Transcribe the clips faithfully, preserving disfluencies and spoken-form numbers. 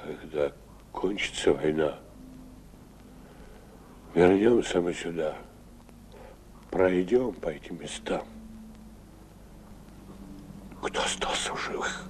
когда кончится война, вернемся мы сюда, пройдем по этим местам. Кто остался в живых?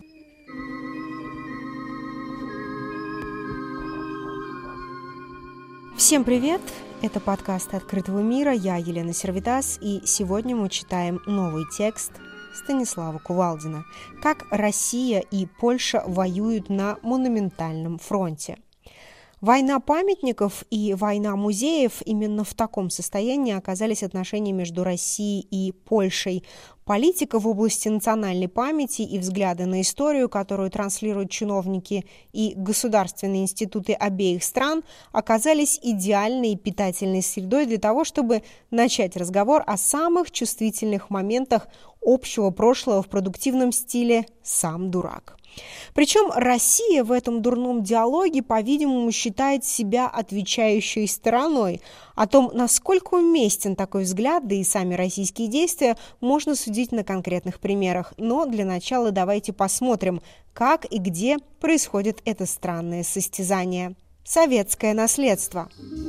Всем привет! Это подкаст «Открытого мира». Я Елена Сервитас, и сегодня мы читаем новый текст Станислава Кувалдина «Как Россия и Польша воюют на монументальном фронте». Война памятников и война музеев – именно в таком состоянии оказались отношения между Россией и Польшей. Политика в области национальной памяти и взгляды на историю, которую транслируют чиновники и государственные институты обеих стран, оказались идеальной и питательной средой для того, чтобы начать разговор о самых чувствительных моментах общего прошлого в продуктивном стиле «сам дурак». Причем Россия в этом дурном диалоге, по-видимому, считает себя отвечающей стороной. О том, насколько уместен такой взгляд, да и сами российские действия, можно судить на конкретных примерах. Но для начала давайте посмотрим, как и где происходит это странное состязание. Советское наследство.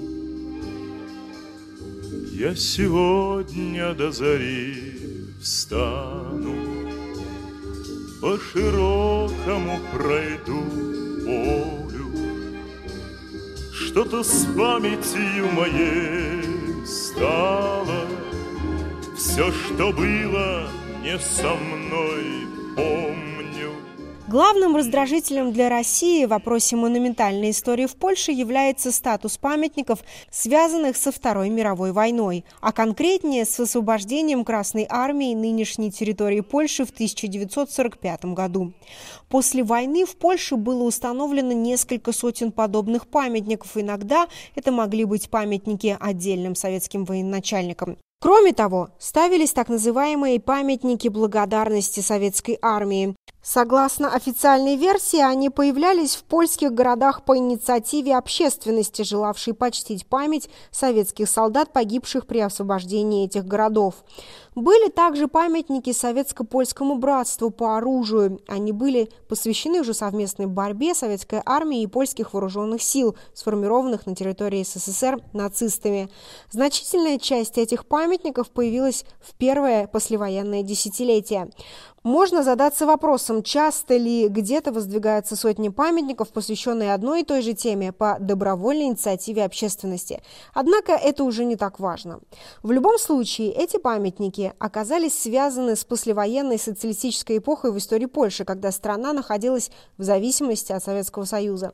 Я сегодня до зари встану, по широкому пройду полю, что-то с памятью моей стало, все, что было не со мной, помню. Главным раздражителем для России в вопросе монументальной истории в Польше является статус памятников, связанных со Второй мировой войной, а конкретнее с освобождением Красной армии нынешней территории Польши в тысяча девятьсот сорок пятом году. После войны в Польше было установлено несколько сотен подобных памятников, иногда это могли быть памятники отдельным советским военачальникам. Кроме того, ставились так называемые памятники благодарности советской армии. Согласно официальной версии, они появлялись в польских городах по инициативе общественности, желавшей почтить память советских солдат, погибших при освобождении этих городов. Были также памятники советско-польскому братству по оружию. Они были посвящены уже совместной борьбе советской армии и польских вооруженных сил, сформированных на территории СССР нацистами. Значительная часть этих памятников появилась в первое послевоенное десятилетие. Можно задаться вопросом, часто ли где-то воздвигаются сотни памятников, посвященные одной и той же теме по добровольной инициативе общественности. Однако это уже не так важно. В любом случае, эти памятники оказались связаны с послевоенной социалистической эпохой в истории Польши, когда страна находилась в зависимости от Советского Союза.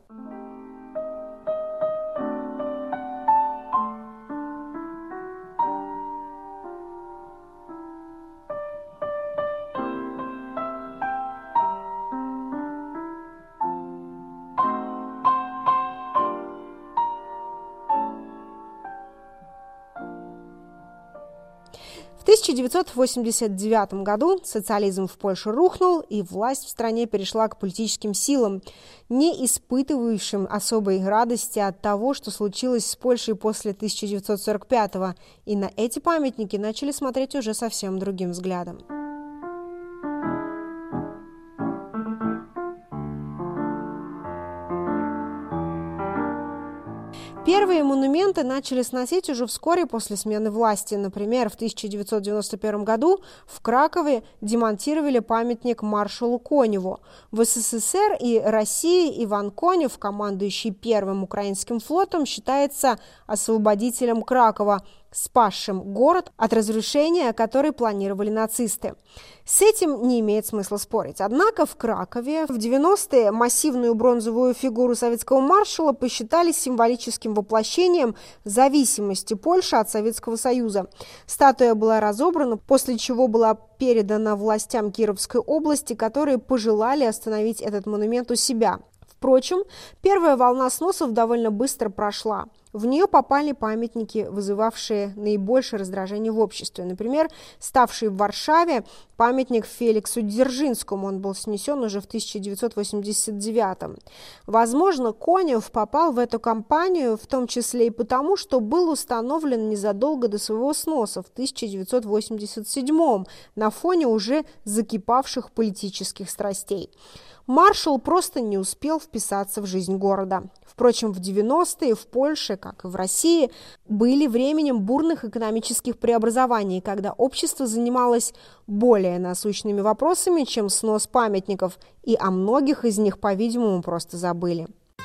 В тысяча девятьсот восемьдесят девятом году социализм в Польше рухнул, и власть в стране перешла к политическим силам, не испытывающим особой радости от того, что случилось с Польшей после тысяча девятьсот сорок пятого, и на эти памятники начали смотреть уже совсем другим взглядом. Первые монументы начали сносить уже вскоре после смены власти. Например, в тысяча девятьсот девяносто первом году в Кракове демонтировали памятник маршалу Коневу. В СССР и России Иван Конев, командующий Первым украинским флотом, считается освободителем Кракова, спасшим город от разрушения, который планировали нацисты. С этим не имеет смысла спорить. Однако в Кракове в девяностые массивную бронзовую фигуру советского маршала посчитали символическим воплощением зависимости Польши от Советского Союза. Статуя была разобрана, после чего была передана властям Кировской области, которые пожелали остановить этот монумент у себя. Впрочем, первая волна сносов довольно быстро прошла. В нее попали памятники, вызывавшие наибольшее раздражение в обществе. Например, ставший в Варшаве памятник Феликсу Дзержинскому. Он был снесен уже в тысяча девятьсот восемьдесят девятом. Возможно, Конев попал в эту кампанию в том числе и потому, что был установлен незадолго до своего сноса в тысяча девятьсот восемьдесят седьмом на фоне уже закипавших политических страстей. маршал просто не успел вписаться в жизнь города. Впрочем, в девяностые в Польше, как и в России, были временем бурных экономических преобразований, когда общество занималось более насущными вопросами, чем снос памятников, и о многих из них, по-видимому, просто забыли.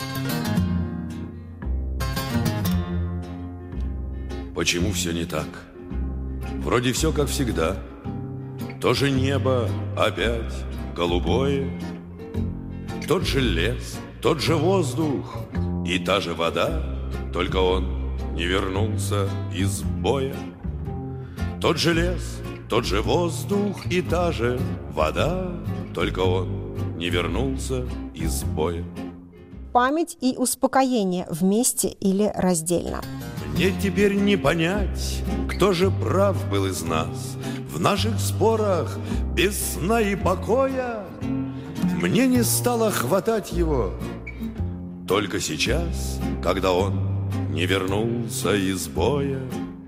Почему все не так? Вроде все как всегда. То же небо опять голубое, тот же лес, тот же воздух и та же вода, только он не вернулся из боя. Тот же лес, тот же воздух и та же вода, только он не вернулся из боя. Память и успокоение вместе или раздельно. Мне теперь не понять, кто же прав был из нас в наших спорах без сна и покоя. Мне не стало хватать его только сейчас, когда он не вернулся из боя.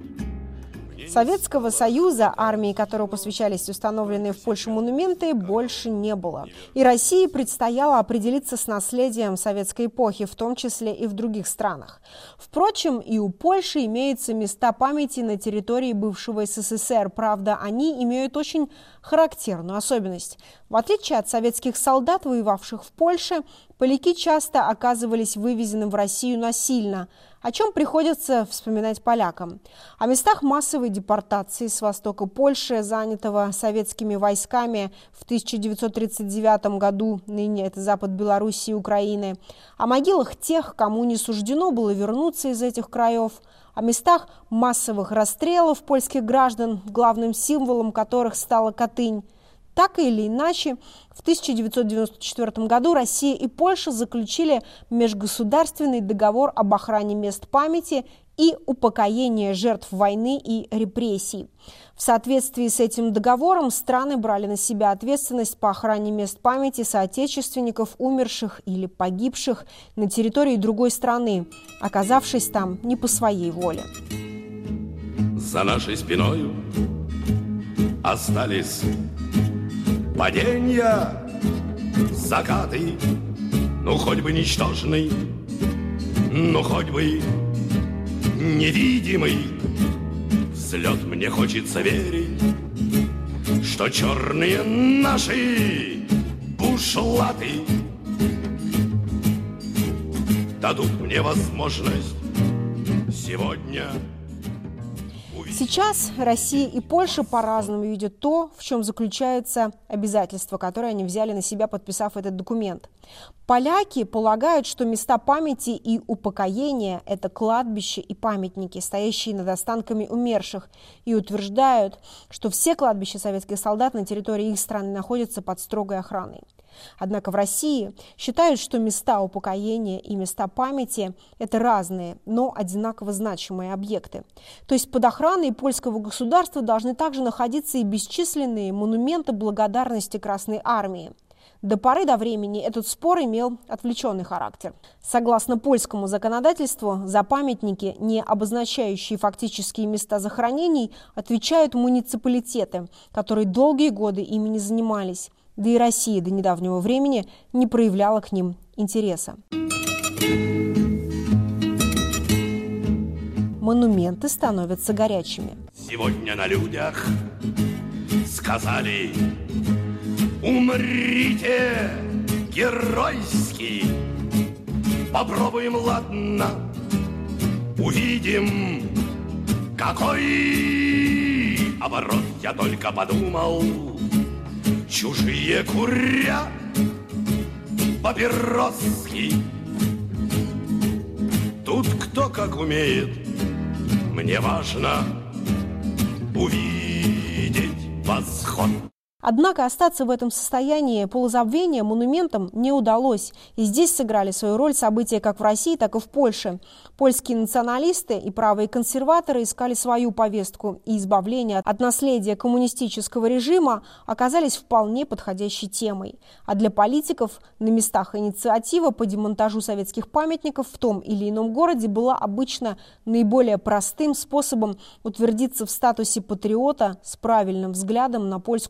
Советского Союза, армии которого посвящались установленные в Польше монументы, больше не было. И России предстояло определиться с наследием советской эпохи, в том числе и в других странах. Впрочем, и у Польши имеются места памяти на территории бывшего СССР. Правда, они имеют очень характерную особенность. В отличие от советских солдат, воевавших в Польше, поляки часто оказывались вывезены в Россию насильно, о чем приходится вспоминать полякам. О местах массовой депортации с востока Польши, занятого советскими войсками в тысяча девятьсот тридцать девятом году, ныне это запад Белоруссии и Украины, о могилах тех, кому не суждено было вернуться из этих краев, о местах массовых расстрелов польских граждан, главным символом которых стала Катынь. Так или иначе, в тысяча девятьсот девяносто четвёртом году Россия и Польша заключили межгосударственный договор об охране мест памяти и упокоении жертв войны и репрессий. В соответствии с этим договором страны брали на себя ответственность по охране мест памяти соотечественников, умерших или погибших на территории другой страны, оказавшись там не по своей воле. За нашей спиною остались паденья, закаты, ну хоть бы ничтожный, ну хоть бы невидимый взлет. Мне хочется верить, что черные наши бушлаты дадут мне возможность сегодня. Сейчас Россия и Польша по-разному видят то, в чем заключается обязательство, которое они взяли на себя, подписав этот документ. Поляки полагают, что места памяти и упокоения – это кладбища и памятники, стоящие над останками умерших, и утверждают, что все кладбища советских солдат на территории их страны находятся под строгой охраной. Однако в России считают, что места упокоения и места памяти – это разные, но одинаково значимые объекты. То есть под охраной польского государства должны также находиться и бесчисленные монументы благодарности Красной Армии. До поры до времени этот спор имел отвлеченный характер. Согласно польскому законодательству, за памятники, не обозначающие фактические места захоронений, отвечают муниципалитеты, которые долгие годы ими не занимались. Да и Россия до недавнего времени не проявляла к ним интереса. Монументы становятся горячими. Сегодня на людях сказали: умрите геройски. Попробуем, ладно, увидим, какой оборот. Я только подумал, чужие курят папироски. Тут кто как умеет, мне важно увидеть восход. Однако остаться в этом состоянии полузабвения монументам не удалось. И здесь сыграли свою роль события как в России, так и в Польше. Польские националисты и правые консерваторы искали свою повестку, и избавление от наследия коммунистического режима оказались вполне подходящей темой. А для политиков на местах инициатива по демонтажу советских памятников в том или ином городе была обычно наиболее простым способом утвердиться в статусе патриота с правильным взглядом на польскую историю.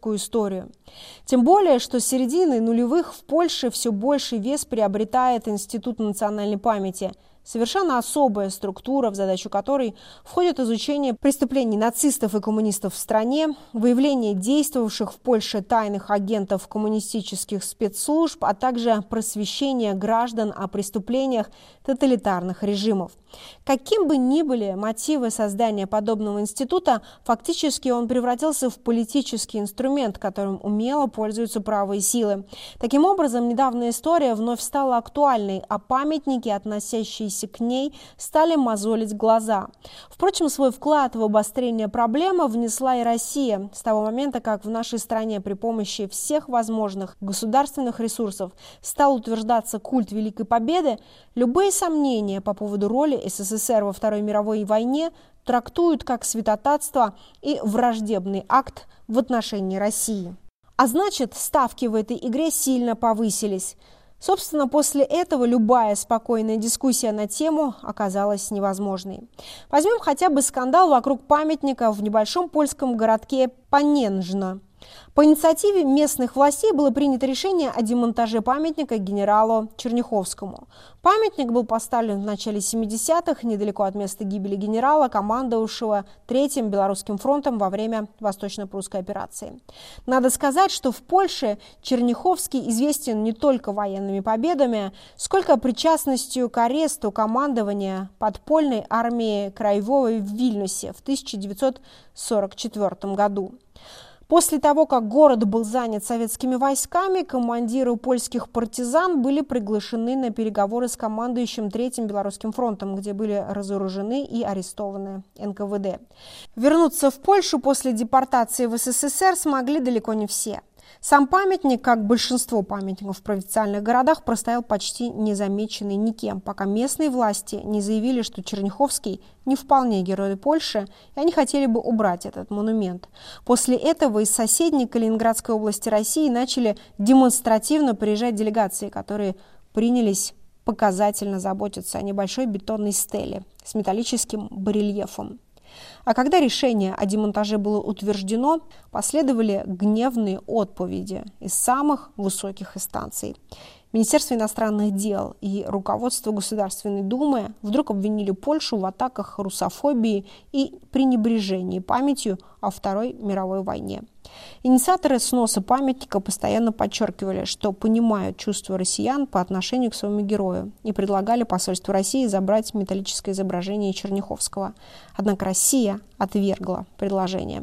историю. Тем более, что с середины нулевых в Польше все больший вес приобретает Институт национальной памяти. Совершенно особая структура, в задачу которой входит изучение преступлений нацистов и коммунистов в стране, выявление действовавших в Польше тайных агентов коммунистических спецслужб, а также просвещение граждан о преступлениях тоталитарных режимов. Каким бы ни были мотивы создания подобного института, фактически он превратился в политический инструмент, которым умело пользуются правые силы. Таким образом, недавняя история вновь стала актуальной, а памятники, относящиеся к ней, стали мозолить глаза. Впрочем, свой вклад в обострение проблемы внесла и Россия. С того момента, как в нашей стране при помощи всех возможных государственных ресурсов стал утверждаться культ Великой Победы, любые сомнения по поводу роли СССР во Второй мировой войне трактуют как святотатство и враждебный акт в отношении России. А значит, ставки в этой игре сильно повысились. Собственно, после этого любая спокойная дискуссия на тему оказалась невозможной. Возьмем хотя бы скандал вокруг памятника в небольшом польском городке Паненжно. По инициативе местных властей было принято решение о демонтаже памятника генералу Черняховскому. Памятник был поставлен в начале семидесятых недалеко от места гибели генерала, командовавшего Третьим Белорусским фронтом во время Восточно-Прусской операции. Надо сказать, что в Польше Черняховский известен не только военными победами, сколько причастностью к аресту командования подпольной армии Краевой в Вильнюсе в тысяча девятьсот сорок четвёртом году. После того, как город был занят советскими войсками, командиры польских партизан были приглашены на переговоры с командующим Третьим Белорусским фронтом, где были разоружены и арестованы эн ка вэ дэ. Вернуться в Польшу после депортации в эс эс эс эр смогли далеко не все. Сам памятник, как большинство памятников в провинциальных городах, простоял почти незамеченный никем, пока местные власти не заявили, что Черняховский не вполне герой Польши, и они хотели бы убрать этот монумент. После этого из соседней Калининградской области России начали демонстративно приезжать делегации, которые принялись показательно заботиться о небольшой бетонной стеле с металлическим барельефом. А когда решение о демонтаже было утверждено, последовали гневные отповеди из самых высоких инстанций. Министерство иностранных дел и руководство Государственной Думы вдруг обвинили Польшу в атаках русофобии и пренебрежении памятью о Второй мировой войне. Инициаторы сноса памятника постоянно подчеркивали, что понимают чувства россиян по отношению к своему герою, и предлагали посольству России забрать металлическое изображение Черняховского. Однако Россия отвергла предложение.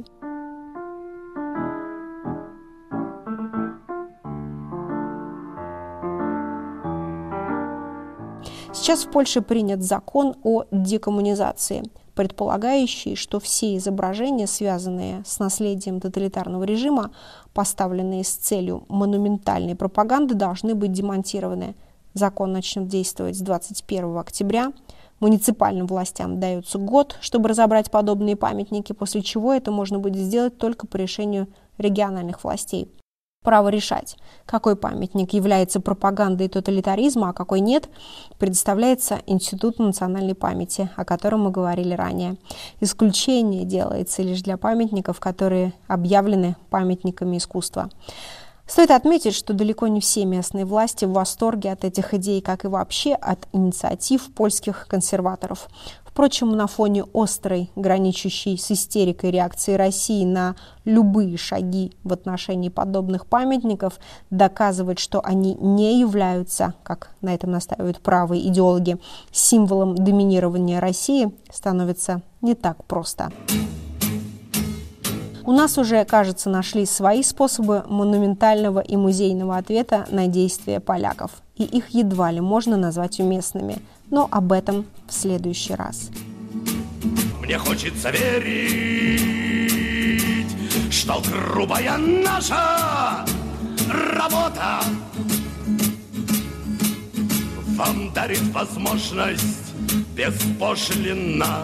Сейчас в Польше принят закон о декоммунизации, предполагающий, что все изображения, связанные с наследием тоталитарного режима, поставленные с целью монументальной пропаганды, должны быть демонтированы. Закон начнет действовать с двадцать первого октября. Муниципальным властям дается год, чтобы разобрать подобные памятники, после чего это можно будет сделать только по решению региональных властей. Право решать, какой памятник является пропагандой тоталитаризма, а какой нет, предоставляется Институту национальной памяти, о котором мы говорили ранее. Исключение делается лишь для памятников, которые объявлены памятниками искусства. Стоит отметить, что далеко не все местные власти в восторге от этих идей, как и вообще от инициатив польских консерваторов. Впрочем, на фоне острой, граничащей с истерикой реакции России на любые шаги в отношении подобных памятников, доказывать, что они не являются, как на этом настаивают правые идеологи, символом доминирования России, становится не так просто. У нас уже, кажется, нашли свои способы монументального и музейного ответа на действия поляков, и их едва ли можно назвать уместными. Но об этом в следующий раз. Мне хочется верить, что грубая наша работа вам дарит возможность беспошлинно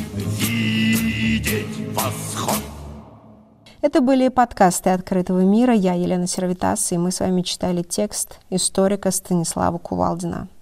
видеть восход. Это были подкасты «Открытого мира». Я Елена Сервитас, и мы с вами читали текст историка Станислава Кувалдина.